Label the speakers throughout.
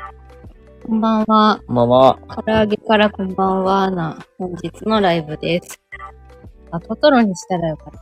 Speaker 1: こんばんは。
Speaker 2: こんばんは。
Speaker 1: 唐揚げからこんばんはな本日のライブです。トトロにしたらよか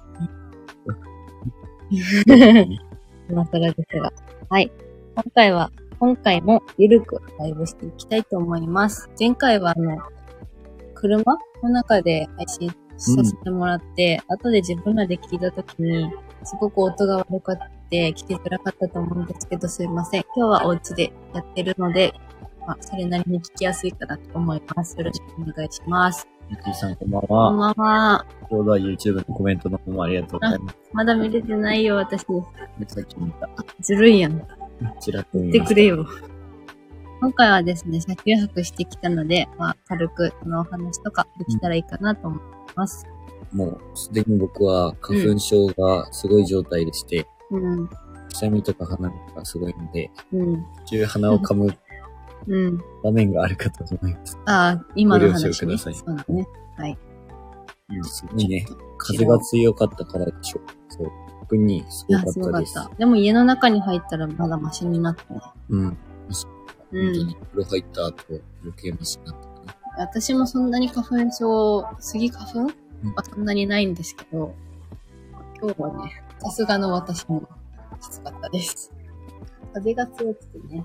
Speaker 1: ったね。今更ですが。はい。今回もゆるくライブしていきたいと思います。前回は車の中で配信させてもらって、後で自分らで聞いたときに、すごく音が悪かって聞きづらかったと思うんですけど、すいません。今日はお家でやってるので、それなりに聞きやすいかなと思います。よろしくお願いします。
Speaker 2: ゆきさんこんばんは。
Speaker 1: こんばんは。
Speaker 2: ちょうどは YouTube のコメントの方もありがとうございます。
Speaker 1: まだ見れてないよ、私。
Speaker 2: さっき見た。
Speaker 1: ずるいやん。
Speaker 2: ちらっと見ました。
Speaker 1: 言ってくれよ。今回はですね、車中泊してきたので、軽くそのお話とかできたらいいかなと思います。
Speaker 2: もうすでに僕は花粉症がすごい状態でして、くしゃみとか鼻水がすごいので、鼻を噛む場面があるかと思います。
Speaker 1: 今の話、
Speaker 2: ご了承ください。
Speaker 1: そうだね。はい。
Speaker 2: すごいね。風が強かったからでしょ。そう。特にすごかったです。
Speaker 1: でも家の中に入ったらまだマシになったね。
Speaker 2: 本当に風呂入った後余計マシになったかな。
Speaker 1: 私もそんなに花粉症、スギ花粉はそんなにないんですけど、今日はね、さすがの私もきつかったです。風が強くてね。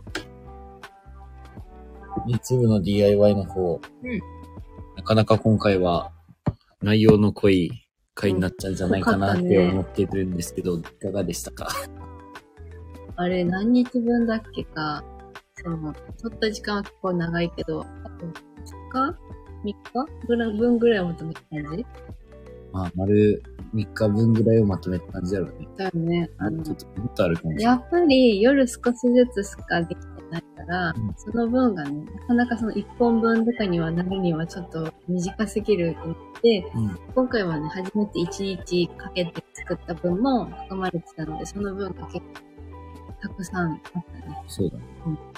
Speaker 2: YouTube の DIY の方、なかなか今回は内容の濃い回になっちゃうんじゃないかなって思ってるんですけど、いかがでしたか？
Speaker 1: あれ、何日分だっけか。撮った時間は結構長いけど、あと2日分ぐらいをまとめた感じ？
Speaker 2: 丸3日分ぐらいをまとめた感じだろうね。
Speaker 1: だよね。
Speaker 2: ちょっともっとあるかもしれない。
Speaker 1: やっぱり夜少しずつしかできてないから、その分がね、なかなかその1本分とかにはなるにはちょっと短すぎると思って、今回はね、初めて1日かけて作った分も含まれてたので、その分が結構たくさんあったね。
Speaker 2: そうだね。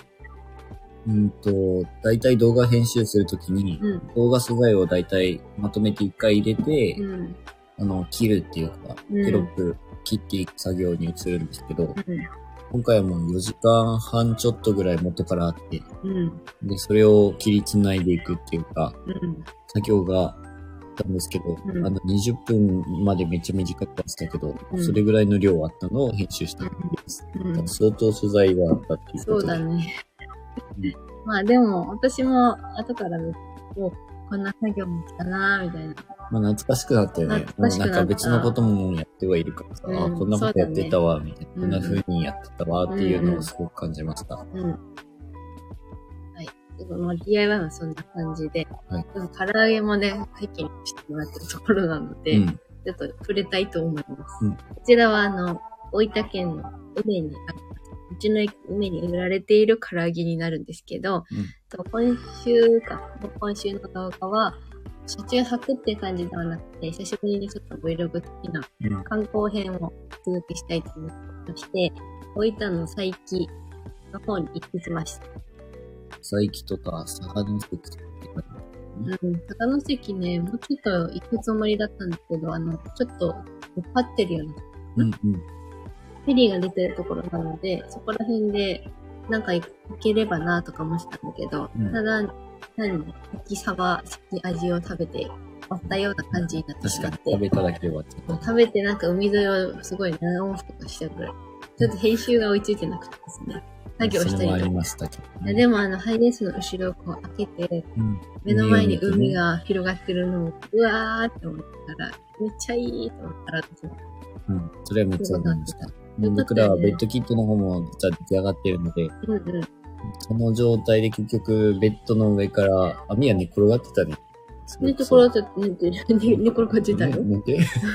Speaker 2: だいたい動画編集するときに、動画素材をだいたいまとめて1回入れて、切るっていうか、テロップ切っていく作業に移るんですけど、今回はもう4時間半ちょっとぐらい元からあって、で、それを切りつないでいくっていうか、作業があったんですけど、20分までめっちゃ短かったけど、それぐらいの量あったのを編集したんです。相当素材があったっていうことで。そうだね。
Speaker 1: でも、私も後から見て、こんな作業も来たなーみたいな。
Speaker 2: 懐かしくなったよね。なんか別のこともやってはいるからさ、こんなことやってたわ、みたいな。こんな風にやってたわ、っていうのをすごく感じました。はい。
Speaker 1: DIY はそんな感じで、唐揚げもね、拝見してもらってるところなので、ちょっと触れたいと思います。こちらは大分県の梅にあります。うちの梅に売られている唐揚げになるんですけど、今週の動画は、車中泊っていう感じではなくて、久しぶりにちょっと Vlog 的な観光編を続きしたいと思いまして、大分の佐伯の方に行ってきました。
Speaker 2: 佐伯とか佐賀関とか
Speaker 1: 佐賀関ね、もうちょっと行くつもりだったんですけど、ちょっと出っ張ってるような。フェリーが出てるところなので、そこら辺でなんか行ければなとかもしたんだけど、ただ、関味を食べて終わったような感じになってしまって。
Speaker 2: 食べただけで終わっちゃった。
Speaker 1: 食べてなんか海沿いをすごい何往復かしたぐらい。ちょっと編集が追いついてなくてですね。作業したりとか。
Speaker 2: ありましたけど、
Speaker 1: でもハイレースの後ろをこう開けて、目の前に海が広がってるのを、うわーって思ったら、めっちゃいいと思ったら私も。
Speaker 2: それはめっちゃ思いました。僕らはベッドキットの方も実は出来上がってるので、その状態で結局ベッドの上から網は寝転がってたね。
Speaker 1: 寝転がってたよ。
Speaker 2: 寝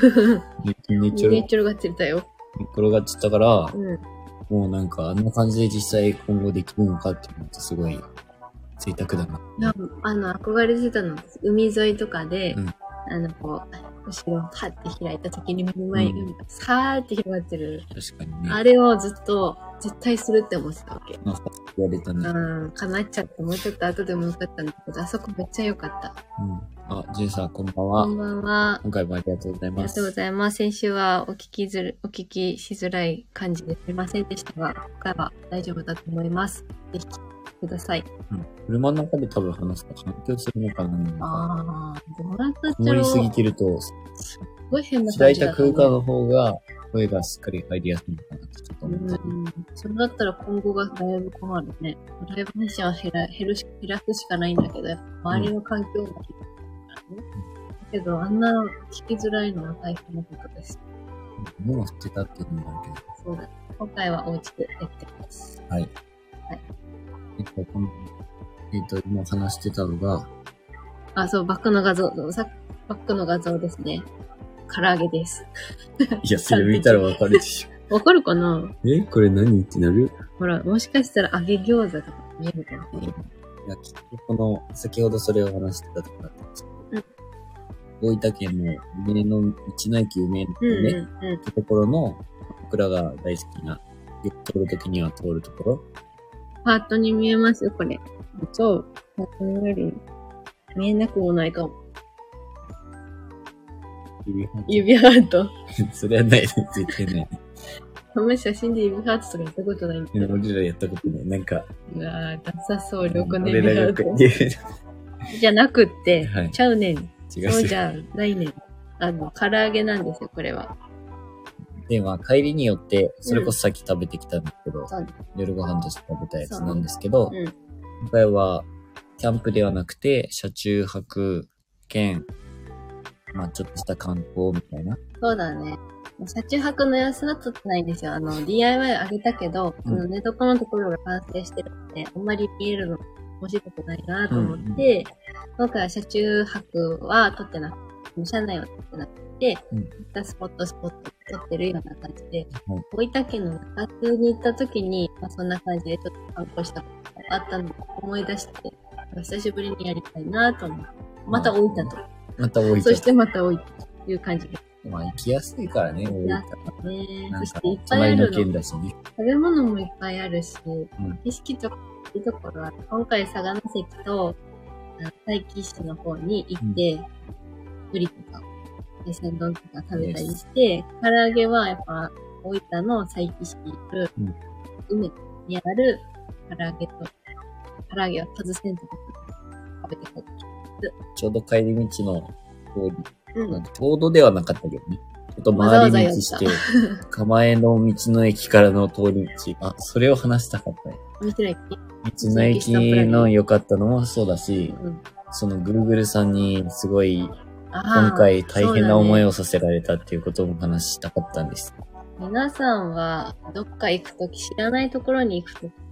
Speaker 1: 転がってたよ。
Speaker 2: 寝転がってたから、もうなんかあんな感じで実際今後できるのかって思ってすごい贅沢だな。
Speaker 1: 憧れてたの。海沿いとかで、こう、後ろをパッて開いた時に目の前に海がさーって広がってる。
Speaker 2: 確かにね。
Speaker 1: あれをずっと絶対するって思ってたわけ。
Speaker 2: 言われたね。
Speaker 1: 叶っちゃって、もうちょっと後でもよかったんだけど、あそこめっちゃ良かった。
Speaker 2: ジュンさんこんばんは。
Speaker 1: こんばんは。
Speaker 2: 今回もありがとうございます。
Speaker 1: ありがとうございます。先週はお聞きしづらい感じですみませんでしたが、今回は大丈夫だと思います。ぜひ、 ください。
Speaker 2: うん。車の中で多分話すと反響するのかな。
Speaker 1: ああ、どうやったっ
Speaker 2: 盛りすぎてると、
Speaker 1: すごい変な
Speaker 2: 開いた空間の方が、声がしっかり入りやすいのかなってちょっと思ったり。
Speaker 1: それだったら今後がだいぶ困るね。ライブ配信は減らすしかないんだけど、やっぱ周りの環境がいいからね。だけど、あんな聞きづらいのは大変なことです。
Speaker 2: もう捨てたっていうのもあるけど。
Speaker 1: そうだ。今回はお家でやってます。
Speaker 2: はい。はい。今話してたのが、
Speaker 1: そう、バックの画像ですね。唐揚げです。
Speaker 2: いや、それ見たらわかるでし
Speaker 1: ょ。わかるかな？
Speaker 2: これ何ってなる？
Speaker 1: ほら、もしかしたら揚げ餃子とか見えるかな？
Speaker 2: いや、きっと先ほどそれを話してたところだったんですけど、大分県の梅の道の駅梅の梅ってところの、僕らが大好きな、通るときには通るところ。
Speaker 1: ハートに見えますよ、これ。そう。ハートのより見えなくもないかも。指ハート。
Speaker 2: それはないです。絶対ない。
Speaker 1: あんまり写真で指ハートとかやったことないんだけど。
Speaker 2: 俺らやったことない。なんか。
Speaker 1: うわぁ、ダサそう、横の指ハート。じゃなくって、はい、ちゃうねん。違う。そうじゃないねん。唐揚げなんですよ、これは。
Speaker 2: で、帰りによって、それこそさっき食べてきたんですけど、夜ご飯として食べたやつなんですけど、今回は、キャンプではなくて、車中泊兼、ちょっとした観光みたいな。そうだね。車中泊の様子は撮ってないんですよ。DIY あげたけど、寝床のところが完成してるので、あんまり見えるの面白くないなと思って、今回は車中泊は撮ってなくて、車内は撮ってなくて、スポット撮ってるような感じで、大分県の中津に行った時に、そんな感じでちょっと観光したことがあったのを思い出して、久しぶりにやりたいなと思って、また大分と。そしてまた大分という感じです。行きやすいからね、大分。ね。そしていっぱいあるの。隣の県だしね。食べ物もいっぱいあるし、景色とかいいところは、今回佐賀関と佐伯市の方に行って、ブリとか、海鮮丼とか食べたりして、唐揚げはやっぱ大分の佐伯市にいる、海にある唐揚げは外せんとこ食べて帰ってきた。ちょうど帰り道の通り、ちょうどではなかったけどね。ちょっと回り道して、蒲江の道の駅からの通り道。それを話したかったね。道の駅の良かったのもそうだし、その Google さんにすごい、今回大変な思いをさせられたっていうことも話したかったんです。皆さんはどっか行くとき、知らないところに行くときって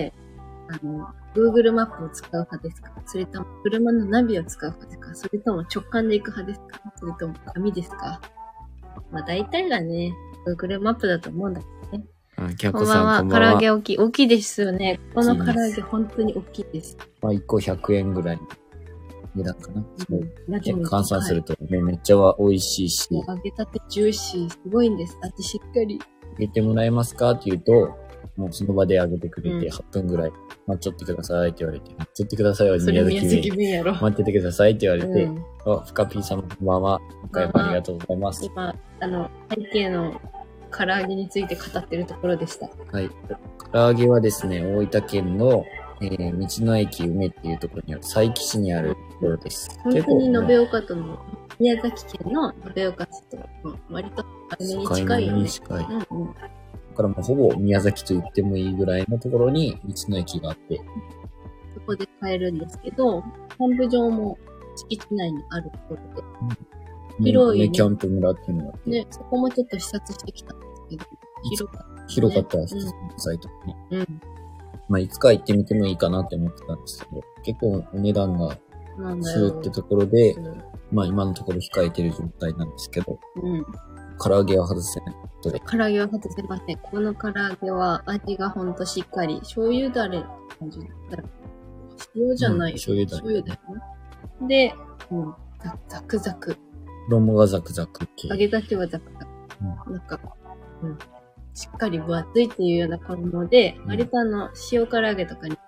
Speaker 2: 、Google マップを使う派ですか？それとも車のナビを使う派ですか？それとも直感で行く派ですか？それとも紙ですか？大体がね、Google マップだと思うんだけどね。こんばんは。唐揚げ大きいですよね。この唐揚げ本当に大きいです。1個100円ぐらいの値段かな。換算するとね、めっちゃ美味しいし。揚げたてジューシー、すごいんです。味しっかり。揚げてもらえますかって言うと、もうその場で揚げてくれて、8分ぐらい待っちゃってくださいって言われて、待っちゃってくださいは宮崎弁やろ。待っててくださいって言われて、ふかぴーさんこんばんは。今回もありがとうございます。今、背景の唐揚げについて語ってるところでした。はい。唐揚げはですね、大分県の、道の駅梅っていうところにある、佐伯市にあるところです。本当に延岡との、宮崎県の延岡市と、割とあれに近いよね。近い。だからもうほぼ宮崎と言ってもいいぐらいのところに道の駅があって。そこで買えるんですけど、キャンプ場も敷地内にあるところで。広いね。キャンプ村っていうのがあって。ね、そこもちょっと視察してきたんですけど、広かったらサイトに。いつか行ってみてもいいかなって思ってたんですけど、結構お値段がするってところで、今のところ控えてる状態なんですけど、唐揚げは外せないことで。唐揚げは外せません。この唐揚げは味がほんとしっかり、醤油だれって感じだったら、塩じゃないよ、醤油だよね。で、ザクザク。衣がザクザク系。揚げたてはザクザク。なんか、しっかり分厚いっていうような衣で、割と塩唐揚げとかに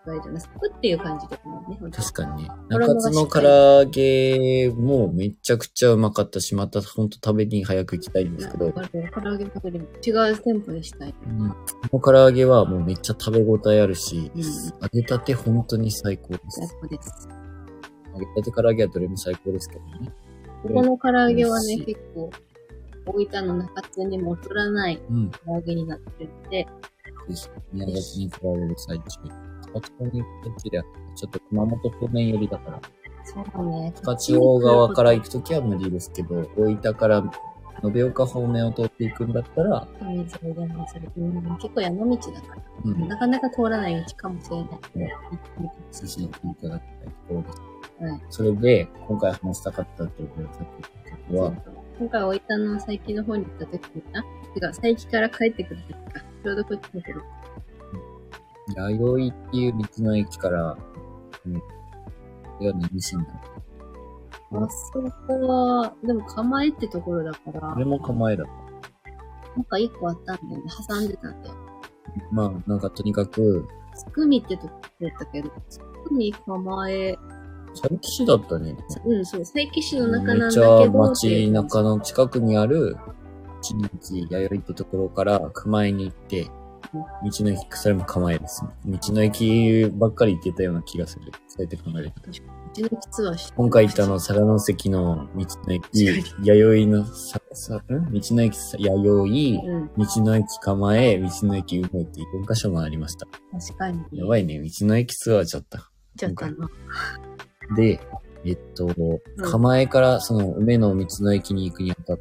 Speaker 1: われじゃない。サクっていう感じでもね。
Speaker 2: 確かにね。中津の唐揚げもめちゃくちゃうまかったし、またほんと食べに早く行きたいんですけど。
Speaker 1: 唐揚げ食べる違う店舗でしたい。
Speaker 2: この唐揚げはもうめっちゃ食べ応えあるし、揚げたて本当に最高です。
Speaker 1: 最高です。
Speaker 2: 揚げたて唐揚げはどれも最高ですけどね。
Speaker 1: ここの唐揚げはね、結構、大分の中津にも劣らない唐揚げになってるので、
Speaker 2: 宮崎に来られる最中。高千穂に行く途中では、ちょっと熊本方面寄りだから。
Speaker 1: そうだね。
Speaker 2: 高千穂側から行くときは無理ですけど、大分から延岡方面を通っていくんだったら、
Speaker 1: 結構山道だから、なかなか通らない道かもしれない。
Speaker 2: 写真をいただきたいところです。それで、今回話したかったということは、
Speaker 1: 今回大分の佐伯の方に行った時に佐伯から帰ってくる時か、ちょうどこっちに来る。
Speaker 2: 弥生っていう道の駅から、これは何しんだ
Speaker 1: あそこは、でも構えってところだから。
Speaker 2: これも構えだった。
Speaker 1: なんか一個あったんだよね。挟んでたんだよ。
Speaker 2: まあ、なんかとにかく、
Speaker 1: つくみってとこだったけど、つくみ構え、
Speaker 2: 佐伯市だったね。
Speaker 1: そう、佐伯市の中なんだけど。
Speaker 2: めっちゃ街中の近くにある、道の駅、弥生ってところから構えに行って、道の駅、それも構えです。道の駅ばっかり行ってたような気がする。そうやって考えると。
Speaker 1: 道の駅ツアーして。
Speaker 2: 今回行った佐賀関の道の駅、弥生の、道の駅、弥生、道の駅構え、道の駅梅って4カ所もありました。
Speaker 1: 確かに。
Speaker 2: やばいね、道の駅ツアーちゃった。
Speaker 1: ちゃったな。
Speaker 2: で、構えからその梅の道の駅に行くにあたって、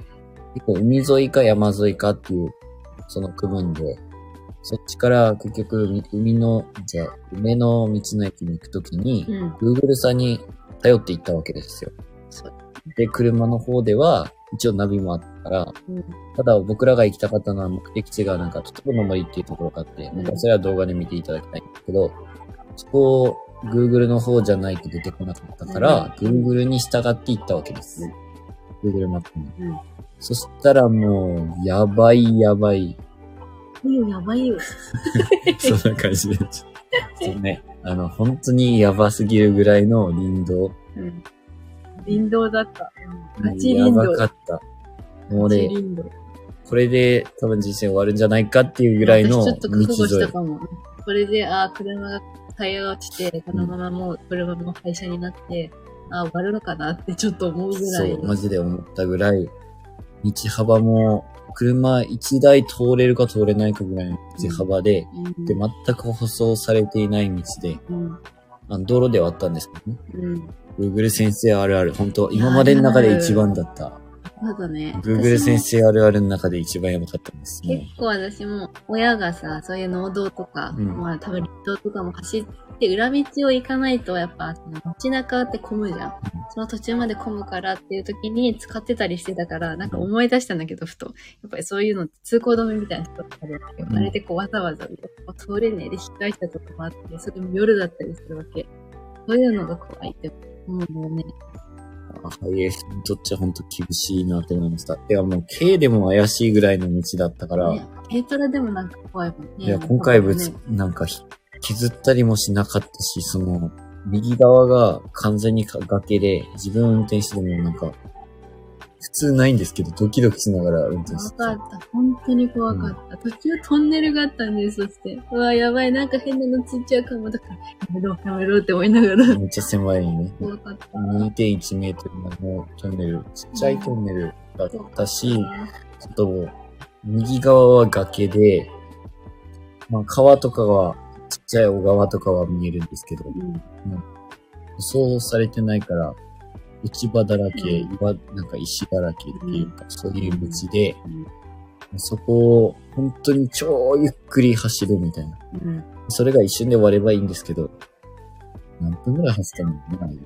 Speaker 2: 結構海沿いか山沿いかっていう、その区分で、そっちから結局梅の道の駅に行くときに、Google さんに頼って行ったわけですよ。で、車の方では、一応ナビもあったから、ただ僕らが行きたかったのは目的地がなんかトトロの森っていうところがあって、なんかそれは動画で見ていただきたいんですけど、そこをGoogle の方じゃないと出てこなかったから、Google に従って行ったわけです。Google マップに。そしたらもう、やばい。
Speaker 1: やばいよ。
Speaker 2: そんな感じで。そうね。本当にやばすぎるぐらいの林道。
Speaker 1: 林道だった。ガチ林道。
Speaker 2: やばかった。もうね、これで多分人生終わるんじゃないかっていうぐらいの道沿い。
Speaker 1: ちょっと覚悟したかも。これで、車が、タイヤが落ちて、このままもう車も廃車になって、終わるのかなってちょっと思うぐらい。
Speaker 2: そう、マジで思ったぐらい、道幅も、車1台通れるか通れないかぐらいの道幅で、で、全く舗装されていない道で、道路ではあったんですけどね。Google 先生あるある、本当今までの中で一番だった。
Speaker 1: そうだね。
Speaker 2: Google 先生あるあるの中で一番やばかったんです
Speaker 1: ね。結構私も、親がさ、そういう農道とか、多分林道とかも走って、裏道を行かないと、やっぱ、街中って混むじゃん。その途中まで混むからっていう時に使ってたりしてたから、なんか思い出したんだけど、ふと。やっぱりそういうのって通行止めみたいな人とかで、あれでこうわざわざ通れねえで引っ返したとこもあって、それも夜だったりするわけ。そういうのが怖いって、もうね。
Speaker 2: ハイエースにとっちゃ本当厳しいなって思いました。てかもう軽でも怪しいぐらいの道だったから。
Speaker 1: 軽トラでもなんか怖いもんね。
Speaker 2: いや、今回なんか削ったりもしなかったし、右側が完全に崖で、自分運転してもなんか、普通ないんですけど、ドキドキしながら運転してた。
Speaker 1: 怖かった。本当に怖かった。途中トンネルがあったんです、そして。うわ、やばい、なんか変なのついちゃうかも。だから、やめろって思いながら。
Speaker 2: めっちゃ狭いね。
Speaker 1: 怖かった。
Speaker 2: 2.1 メートルのトンネル、ちっちゃいトンネルだったし、ちょっと、右側は崖で、川とかは、ちっちゃい小川とかは見えるんですけど、舗装されてないから、内場だらけ、なんか石だらけっていうか、そういう道で、そこを本当に超ゆっくり走るみたいな。それが一瞬で終わればいいんですけど、何分ぐらい走ったのかな？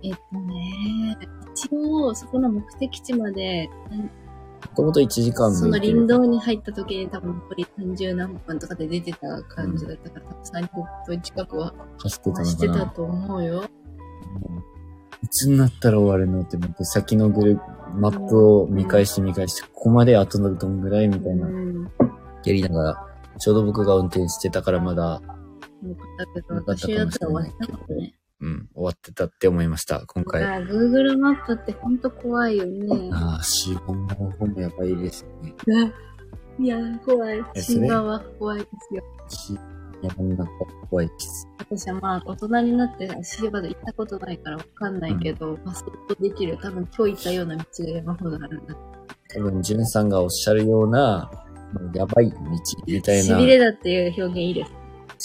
Speaker 1: 一応、そこの目的地まで、
Speaker 2: もともと1時間
Speaker 1: その林道に入った時に多分残り30何分とかで出てた感じだったから、30分近くは走ってたと思うよ。
Speaker 2: いつになったら終わるのって思って、先のマップを見返して、ここまであとどんぐらいみたいな、やりながら、ちょうど僕が運転してたからまだ、
Speaker 1: よかったけど、私だったら終わってたかもね。
Speaker 2: うん、終わってたって思いました、今回。
Speaker 1: Google マップってほんと怖いよね。
Speaker 2: 資本の方もやばいですね。
Speaker 1: いや、怖い。死んだは怖いですよ。
Speaker 2: 山の中怖いです。
Speaker 1: 私は大人になってシーバード行ったことないからわかんないけど、想像できる。多分今日行ったような道が山ほどあるんだ。
Speaker 2: 多分、ジュンさんがおっしゃるような、やばい道みたいな。
Speaker 1: 痺れだっていう表現いいです。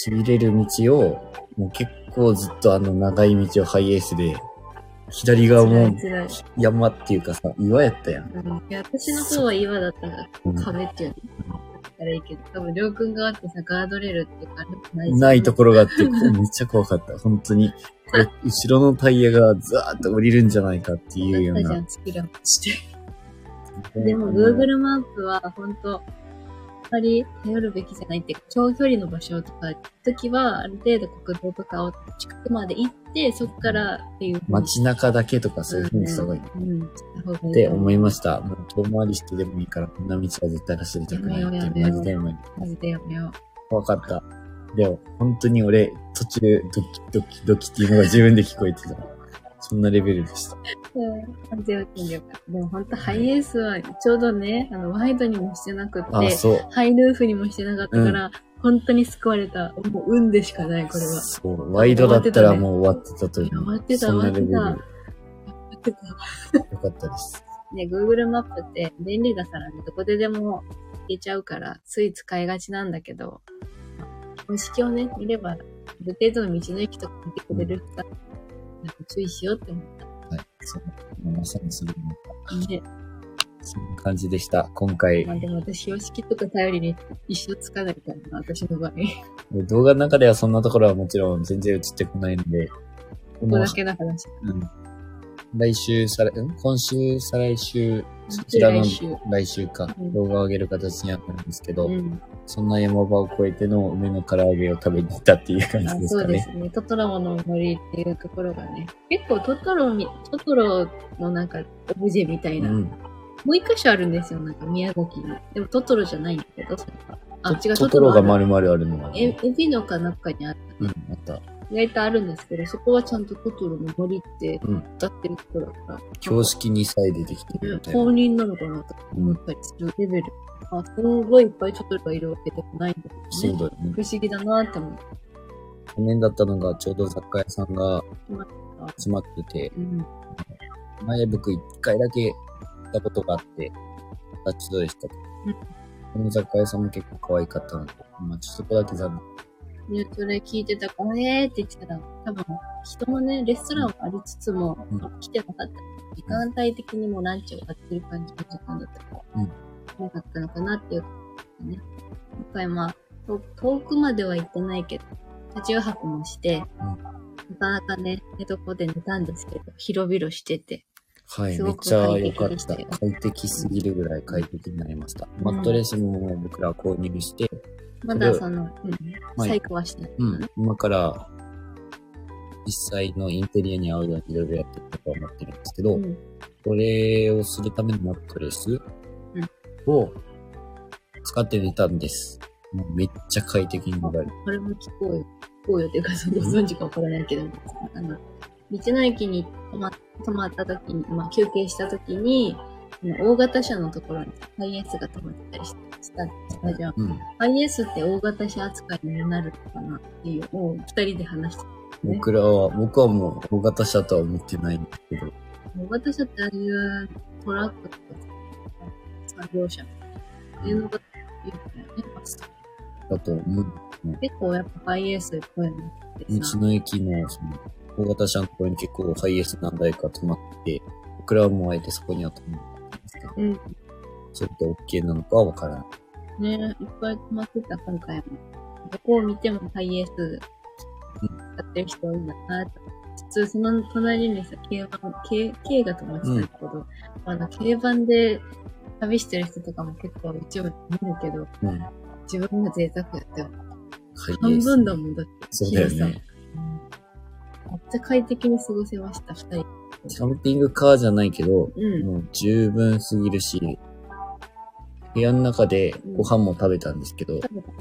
Speaker 2: 痺れる道を、もう結構ずっと長い道をハイエースで、左側も山っていうかさ、岩やったやん。
Speaker 1: いや、私の方は岩だったから、壁っていうの。だったらいいけど、多分、りょうくん側ってさ、ガードレールっていうか、
Speaker 2: ないところがあって、めっちゃ怖かった。本当に。これ、後ろのタイヤがザーッと降りるんじゃないかっていうような。
Speaker 1: じゃん、スキルアップして。でも、Google マップは、本当ぱり頼るべきじゃないっていうか、長距離の場所とか時は、ある程度国道とかを近くまで行って、そこからっていう。
Speaker 2: 街中だけとかそういう風にした方がいい。って思いました。もう遠回りしてでもいいから、こんな道は絶対走りたくないって、マジでやめよう。
Speaker 1: マジでやめよう。
Speaker 2: 怖かった。でも、本当に俺、途中、ドキっていうのが自分で聞こえてた。そんなレベルでした。
Speaker 1: 完全運転力。でも本当ハイエースはちょうどね、ワイドにもしてなくって、ハイルーフにもしてなかったから、本当に救われた。もう運でしかない、これは。
Speaker 2: そう、ワイドだったらもう終わってたという。
Speaker 1: 終わってた。
Speaker 2: よかったです。
Speaker 1: ね、Google マップって便利だからね、どこででも行けちゃうから、つい使いがちなんだけど、標識をね、見れば、ある程度の道の駅とか見てくれる人だ注意しようって思った。
Speaker 2: はい。そう。まさにそれも。
Speaker 1: ね。
Speaker 2: そんな感じでした。今回。
Speaker 1: まあでも私、標識とか頼りに一生つかないからな、私の場合。
Speaker 2: 動画の中ではそんなところはもちろん全然映ってこないので。
Speaker 1: ここだけの話。
Speaker 2: 今週、再来週、そちらの来週か、動画を上げる形になったんですけど、そんな山場を越えての梅の唐揚げを食べに行ったっていう感じですかね。
Speaker 1: そうですね。トトロの森っていうところがね、結構トトロのなんかオブジェみたいな、もう一箇所あるんですよ、なんか宮崎に。でもトトロじゃないんだけど、それが。違う、
Speaker 2: トトロが丸々あるのが、
Speaker 1: ね。エビのか中にあった。
Speaker 2: あった。
Speaker 1: 意外とあるんですけど、そこはちゃんとトトロの森って歌ってるところだから。
Speaker 2: 標識にさえ出てきてるみたいな。
Speaker 1: 公認なのかなと思ったりするレベル。すごいいっぱいトトロがいるわけでもないんだけどね。
Speaker 2: そうだよね。
Speaker 1: 不思議だなって思う。
Speaker 2: 去年だったのがちょうど雑貨屋さんが集まってて、前僕一回だけ行ったことがあって、形どうでしたか？この雑貨屋さんも結構可愛かったので、ちょっとそこだけ残念。
Speaker 1: それ聞いてたから、って言ってたら、多分、人もね、レストランはありつつも、来てなかった。時間帯的にもランチをやってる感じの時間だったから、なかったのかなっていうね。今回遠くまでは行ってないけど、車中泊もして、なかなかね、寝床で寝たんですけど、広々してて。
Speaker 2: はい、めっちゃ良かった。快適すぎるぐらい快適になりました。マットレスも僕ら購入して、
Speaker 1: まだ細工はしてない。
Speaker 2: 今から実際のインテリアに合うようにいろいろやっていこうと思ってるんですけど、これをするためのマットレスを使ってみたんです。もうめっちゃ快適になる。
Speaker 1: これも聞こうよっていうか、ご存知かわからないけど、道の駅に止まった時に、休憩した時に、大型車のところにハイエースが止まってたりしたじゃん。ハイエースって大型車扱いになるのかなっていうのを二人で話してた、
Speaker 2: ね。僕はもう大型車とは思ってないんですけど。
Speaker 1: 大型車ってああいうトラックとか作業車っていうのがいいんだよね、バスとか。
Speaker 2: だと思う、
Speaker 1: 結構やっぱハイエースっぽいのって
Speaker 2: さ。道の駅の大型車のところに結構ハイエース何台か止まって、僕らはもうあえてそこには止まってますけど、ちょっと OK なのかはわからない。
Speaker 1: ね、いっぱい止まってた、今回も。どこを見てもハイエース使ってる人多いんだなと。普通その隣にさ、軽が止まってたんだけど、軽バンで旅してる人とかも結構一応見るけど、自分が贅沢やったよ。半分だもんだって。
Speaker 2: そうだよね。
Speaker 1: めっちゃ快適に過ごせました、二人。
Speaker 2: キャンピングカーじゃないけど、もう十分すぎるし、部屋の中でご飯も食べたんですけど、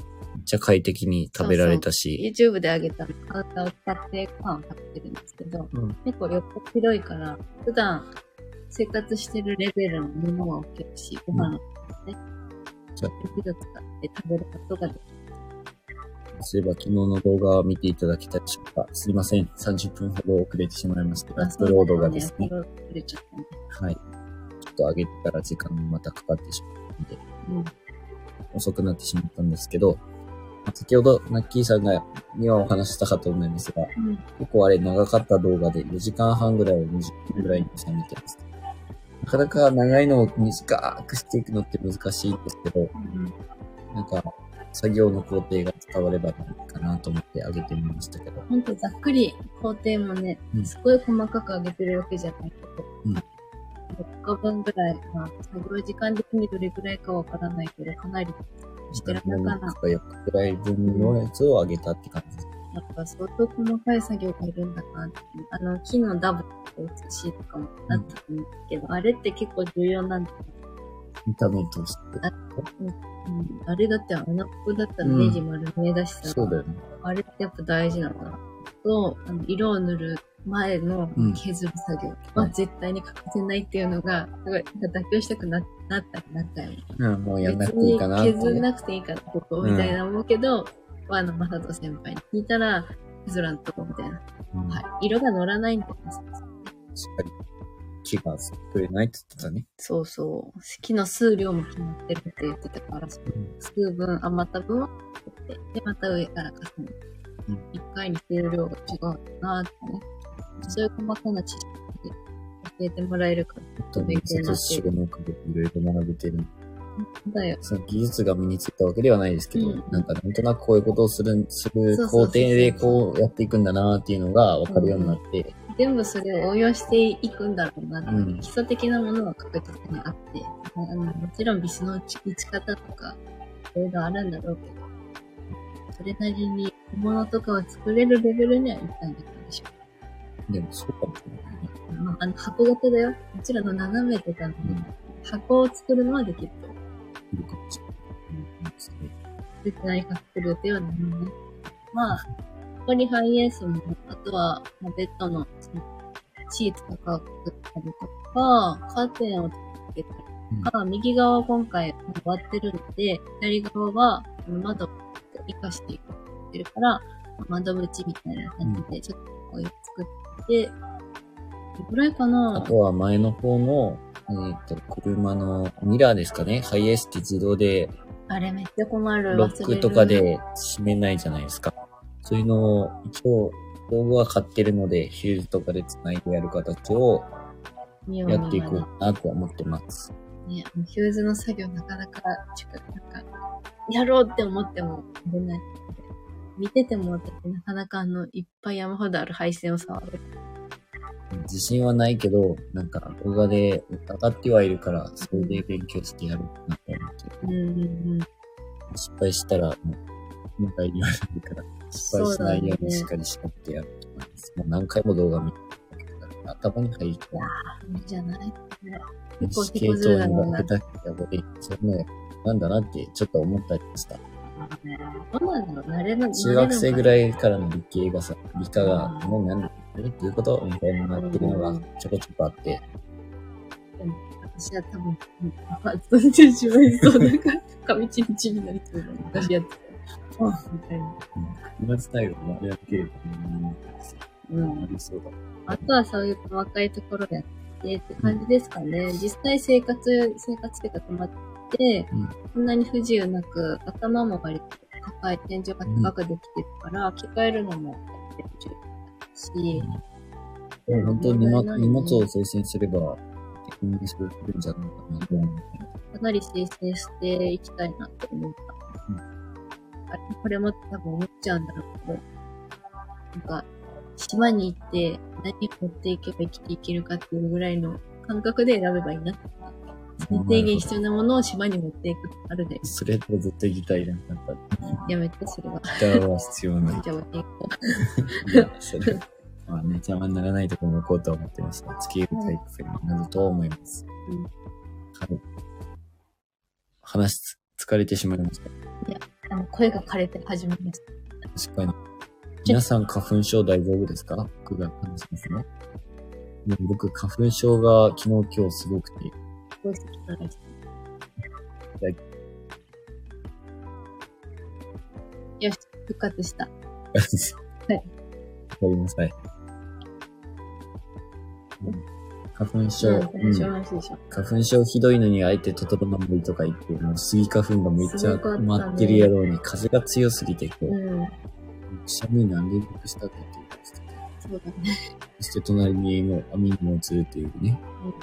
Speaker 2: ちゃ快適に食べられたし。
Speaker 1: そうそう YouTube で上げたカウンターを使ってご飯を食べてるんですけど、結構横広いから、普段生活してるレベルのものは置けるし、ご飯のね、ちょっと使って食べることができる。
Speaker 2: そういえば昨日の動画を見ていただけたでしょうか。すいません。30分ほど遅れてしまいました。アップロードがですね。はい。ちょっと上げてから時間もまたかかってしまったので、遅くなってしまったんですけど、先ほどナッキーさんが今お話したかと思いますが、結構あれ長かった動画で4時間半ぐらいを20分ぐらいに収めてます。なかなか長いのを短くしていくのって難しいんですけど、なんか、作業の工程が伝わればいいかなと思ってあげてみましたけど。
Speaker 1: ほんとざっくり工程もね、すごい細かく上げてるわけじゃないけど、4日分ぐらい、作業時間的にどれぐらいかわからないけど、かなりしてるのかな。
Speaker 2: 4日ぐらい分のやつを上げたって感じです。
Speaker 1: やっぱ相当細かい作業がいるんだなって。木のダブとか写しとかもなってるんですけど、あれって結構重要なんだよね。
Speaker 2: 見た目として。
Speaker 1: あれだって穴っぽだったらネジ丸見えだしさ、
Speaker 2: そうだよね。
Speaker 1: あれってやっぱ大事なんだな。と、色を塗る前の削る作業は絶対に欠かせないっていうのが、すごい妥協したくなったりなったよ。
Speaker 2: もうやんなくていいかなって、
Speaker 1: 削んなくていいかな、ここみたいな思うけど、マサト先輩に聞いたら、削らんとこみたいな。はい。色が乗らないんだよね。
Speaker 2: しっかり。木が作れないって言ってたね。
Speaker 1: そうそう。木の数量も決まってるって言ってたから、数分余った分は取って、で、また上から重ねて、一回に数量が違うなってね。そういう細かな知識で教えてもらえるから、
Speaker 2: と勉強になってる。のおかげでいろいろ学べてる。
Speaker 1: だよ。
Speaker 2: その技術が身についたわけではないですけど、なんとなくこういうことをする工程でこうやっていくんだなっていうのが分かるようになって、
Speaker 1: 全部それを応用していくんだろうなって、基礎的なものは確実にあって、もちろんビスの打ち方とか、いろいろあるんだろうけど、それなりに小物とかを作れるレベルにはいったんだでしょ
Speaker 2: う。でもそうかもしれないね。
Speaker 1: 箱型だよ。もちろん斜めとかの、箱を作るのはできると。
Speaker 2: いるかもしれない。
Speaker 1: 絶対何か作る予定はないね。ここにハイエースも、あとは、ベッドのシーツとかを作ったりとか、カーテンを作ってたりとか、右側は今回割ってるので、左側は窓を活かしていくってるから、窓縁みたいな感じで、ちょっとこういう作って、どれぐらいかな。
Speaker 2: あとは前の方の、車のミラーですかね。ハイエースって自動で、
Speaker 1: あれめっちゃ困る。
Speaker 2: ロックとかで閉めないじゃないですか。そういうのを、一応、道具は買ってるので、ヒューズとかで繋いでやる形をやっていこうかなと思ってます。
Speaker 1: ね、ヒューズの作業なかなか、やろうって思っても出ない。見ててもなかなかいっぱい山ほどある配線を触る。
Speaker 2: 自信はないけど、なんか動画で上がってはいるから、それで勉強してやろうかなと思って。失敗したら、もう、問題にはなるから、失敗しないようにしっかりしってやると思います。もう何回も動画見て頭に入ると。
Speaker 1: いいじゃない
Speaker 2: 結構系統になってたけど、そんな、なんだなってちょっと思ったりした。
Speaker 1: どうなんだろう、慣れの
Speaker 2: 中学生ぐらいからの理科が、もうどういうことみたいになってるのがちょこちょこあって。で
Speaker 1: も私は多分、飛んでしまいそうだから、紙ちんちんになりそうだ。昔やってた。みたいな。
Speaker 2: 今スタイルをやってると思うんですよ。
Speaker 1: あとはそういう細かいところでやってって感じですかね。実際生活っていうか止まって、そんなに不自由なく、頭も割と高い、天井が高くできてるから、着替えるのも不自由だし、
Speaker 2: 本当に荷物を生成すれば、逆にそうするんじゃないかなと思う。
Speaker 1: かなり生成していきたいなと思った。これも多分思っちゃうんだろうけど、なんか、島に行って何を持っていけば生きていけるかっていうぐらいの感覚で選べばいいなって。最低限必要なものを島に持っていくってあるで。
Speaker 2: それと絶対ギターいらなかった。
Speaker 1: やめて、それは。
Speaker 2: ギターは必要ない。
Speaker 1: じゃあ、い
Speaker 2: や、それ。邪魔にならないところも置こうとは思ってますが、付き合うタイプになると思います。はい。疲れてしまいました。
Speaker 1: いや、 声が枯れて始めまし
Speaker 2: た。確かに。皆さん花粉症大丈夫ですか？僕が話しますね。僕、花粉症が昨日今日すごくて。
Speaker 1: どうしてきたらよし、復活した。はい。
Speaker 2: ごめんなさい。花粉症。花粉症ひどいのにあえてトトロの森とか行って、もうスギ花粉がめっちゃ舞ってるやろうに、風が強すぎて、くしゃみ何で僕したって言ってました。
Speaker 1: そうだね。
Speaker 2: そして隣にも網にも映るっていうね。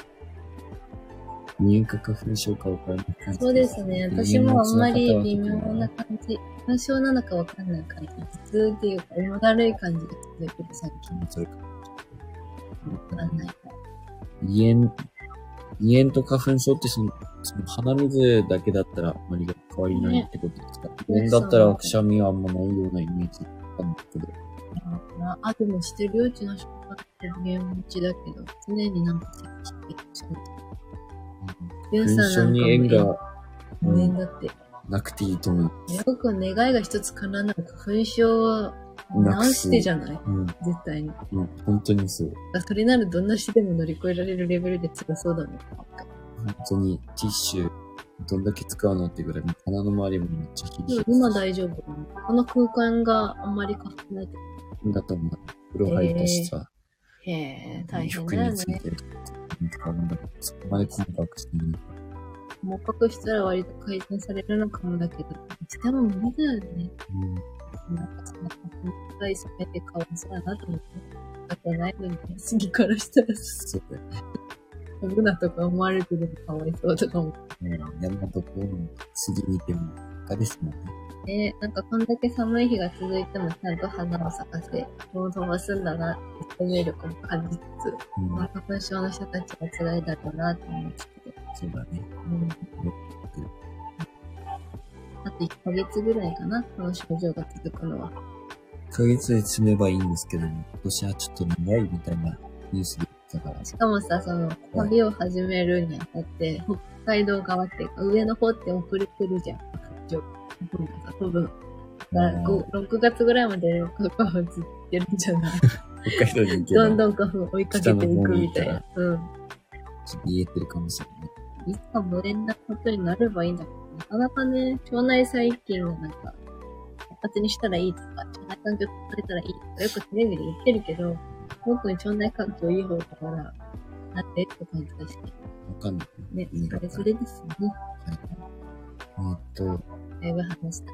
Speaker 2: 入荷花粉症かわからない感じ。
Speaker 1: そうですね。私もあんまり微妙な感じ。花粉症なのかわかんない感じ。普通っていうか、重だるい感じが続いてる最近。
Speaker 2: それか。
Speaker 1: わからない。
Speaker 2: 鼻炎と花粉症ってその鼻水だけだったらあまり変わりないってことですか？鼻炎だったらくしゃみはあんまないようなイメージなんですけど。
Speaker 1: でもしてるよ、うちの職場って鼻炎持ちだけど、常になんか咳してる。
Speaker 2: 花粉症に縁が
Speaker 1: だって
Speaker 2: なくていいと思う。
Speaker 1: よく願いが一つ叶わない花粉症は直してじゃない、絶対に。
Speaker 2: 本当にそう。
Speaker 1: それならどんな死でも乗り越えられるレベルで辛そうだもん。
Speaker 2: 本当にティッシュどんだけ使うのってぐらい、鼻の周りもめっちゃひどい。
Speaker 1: 今大丈夫。この空間があんまり花粉ないって。
Speaker 2: だと思う。風呂入ったしさ。
Speaker 1: 大変だよね。
Speaker 2: そこまで細かくしてね。
Speaker 1: 細かくしたら割と改善されるのかもだけど、しても無理だよね。なんかそんな深い染めてかわいそうだなと思って。だってないのに、次からしたら
Speaker 2: そうだよね。
Speaker 1: 飛ぶなとか思われてるのかわいそうとか思って。
Speaker 2: 山とこうの次見ても、他ですもんね。
Speaker 1: なんかこんだけ寒い日が続いてもちゃんと花を咲かせ、もう飛ばすんだなって生命力も感じつつ、花粉症の人たちは辛いだろうなって思ってて。
Speaker 2: そうだね。
Speaker 1: あと1ヶ月ぐらいかな、この症状が続くのは。
Speaker 2: 1ヶ月で済めばいいんですけども、今年はちょっと長いみたいなニュースで言ったから。
Speaker 1: しかもさ、旅を始めるにあたって、北海道側っていうか、上の方って遅れてるじゃん。多分。6月ぐらいまで花粉をずっとやるんじゃない？
Speaker 2: 北海道に行けば。
Speaker 1: どんどん花粉追いかけていくみたいな。
Speaker 2: ちょっと言えてるかもしれない。
Speaker 1: いつか無縁なことになればいいんだけど、なかなかね、腸内細菌をなんか、活発にしたらいいとか、腸内環境作れたらいいとか、よくテレビで言ってるけど、僕に腸内環境いい方だから、なんでって感じがして。
Speaker 2: わかんない。
Speaker 1: ね、それですよね。だいぶ話した。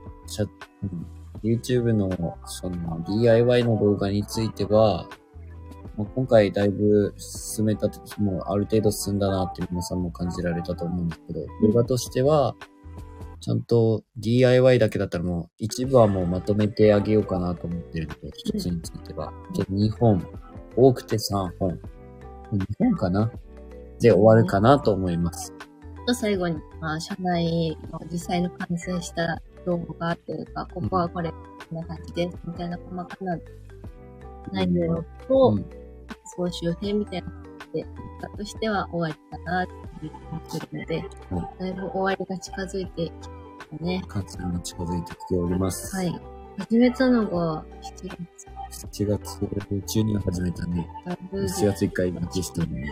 Speaker 2: YouTube のDIY の動画については、今回だいぶ進めた時もある程度進んだなって皆さんも感じられたと思うんですけど、動画としては、ちゃんと DIY だけだったらもう一部はもうまとめてあげようかなと思ってるので、一つについては。で、2本、多くて3本。2本かなで終わるかなと思います。
Speaker 1: 最後に、社内の実際の完成した動画というか、ここはこれ、こんな感じです、みたいな細かな内容と、総集編みたいな感じで、結果としては終わりかなって思ってるので、だいぶ終わりが近づいてきたね。
Speaker 2: 完成が近づいてきております。
Speaker 1: はい。始めたのが
Speaker 2: 7月中には始めたね。7月1回だけしたね。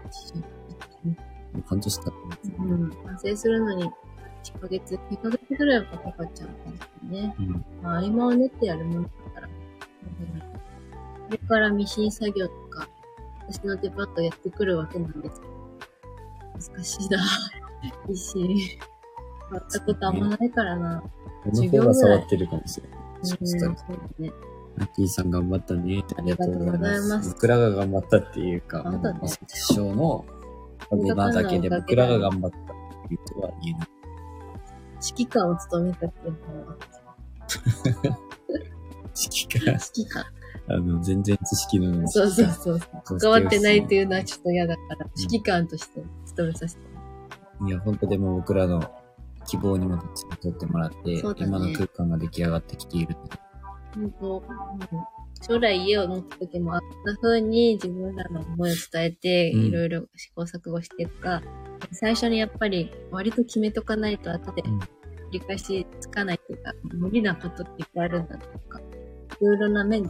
Speaker 2: 半年経ってます。
Speaker 1: 完成するのに1ヶ月、2ヶ月ぐらいはかかっちゃう感じだね。合間を練ってやるものだから。これからミシン作業とか、私のデパートやってくるわけなんですけど。難しいな。ミシン。触ったことあんまないからな。
Speaker 2: 授業が触ってるかもしれない。
Speaker 1: そうね。
Speaker 2: ナッキーさん頑張ったね。ありがとうございます。僕らが頑張ったっていうか、師匠の今だけで僕らが頑張ったっていうとは言えない。
Speaker 1: 指揮官を務めたっていうのは。
Speaker 2: 指揮官。全然知識のない。
Speaker 1: そう。関わってないっていうのはちょっと嫌だから、指揮官として務めさせて。
Speaker 2: いや、本当でも僕らの希望にも取ってもらって、今の空間が出来上がってきている。
Speaker 1: 本当、将来家を持った時もあった風に自分らの思いを伝えて、いろいろ試行錯誤していくか、最初にやっぱり割と決めとかないと後でり返しつかないというか、無理なことっていっぱいあるんだとか、いろいろな面で、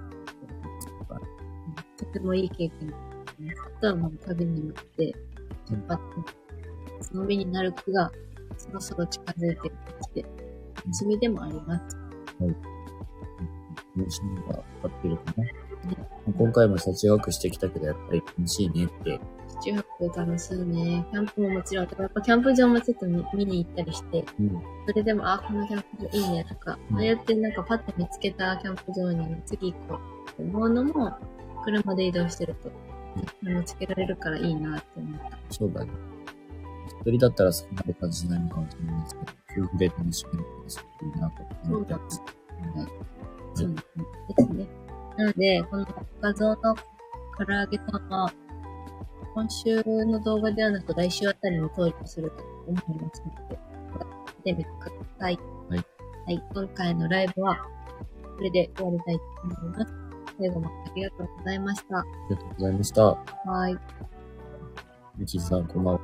Speaker 1: とてもいい経験ですね。あとはもう旅によって、出発、その身になる気がそろそろ近づいてきて、楽しみでもあります。はい。
Speaker 2: 楽しみが合ってるかな。今回も車中泊してきたけど、やっぱり楽しいねって。
Speaker 1: 車中泊楽しいね。キャンプももちろん、やっぱキャンプ場もちょっと見に行ったりして、それでも、このキャンプ場いいねとか、ああやってなんかパッと見つけたキャンプ場に次行こうと思うのも、車で移動してると、見つけられるからいいなって思った。
Speaker 2: そうだね。一人だったらそんな感じないのかもしれないですけど、夫婦で楽しめるのがすごくいいなと思ってます。はい。
Speaker 1: そうですね。なので、この画像の唐揚げさんは、今週の動画ではなく来週あたりに登録すると思いますので、見てみてください。はい。はい。今回のライブは、これで終わりたいと思います。最後までありがとうございました。あ
Speaker 2: りがとうございました。
Speaker 1: はい。
Speaker 2: みきさん、こんばんは。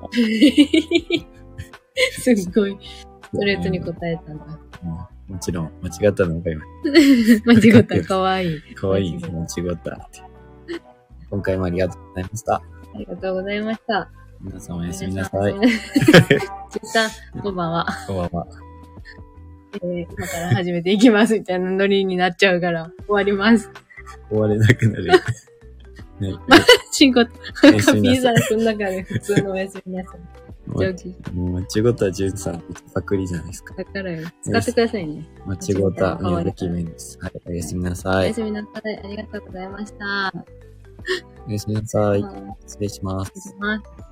Speaker 1: すっごい、ストレートに答えたんだ。
Speaker 2: もちろん、間違ったのが今。
Speaker 1: 間違った、かわいい。
Speaker 2: かわいい、間違ったって。今回もありがとうございました。
Speaker 1: ありがとうございました。
Speaker 2: 皆さんおやすみなさい。
Speaker 1: ちゅうさん、こんばんは。
Speaker 2: こんばんは。
Speaker 1: 今から始めていきますみたいなノリになっちゃうから、終わります。
Speaker 2: 終われなくなる。
Speaker 1: ね、仕事、カピーさんの中で普通のおやすみなさい。
Speaker 2: もう間違ったジュンさんパクリじゃないですか。
Speaker 1: だからよ。使ってくださいね。
Speaker 2: 間違った宮崎弁です。はい、おやすみなさい。
Speaker 1: おやすみなさい。ありがとうございました。
Speaker 2: おやすみなさい。失礼します。
Speaker 1: 失礼します。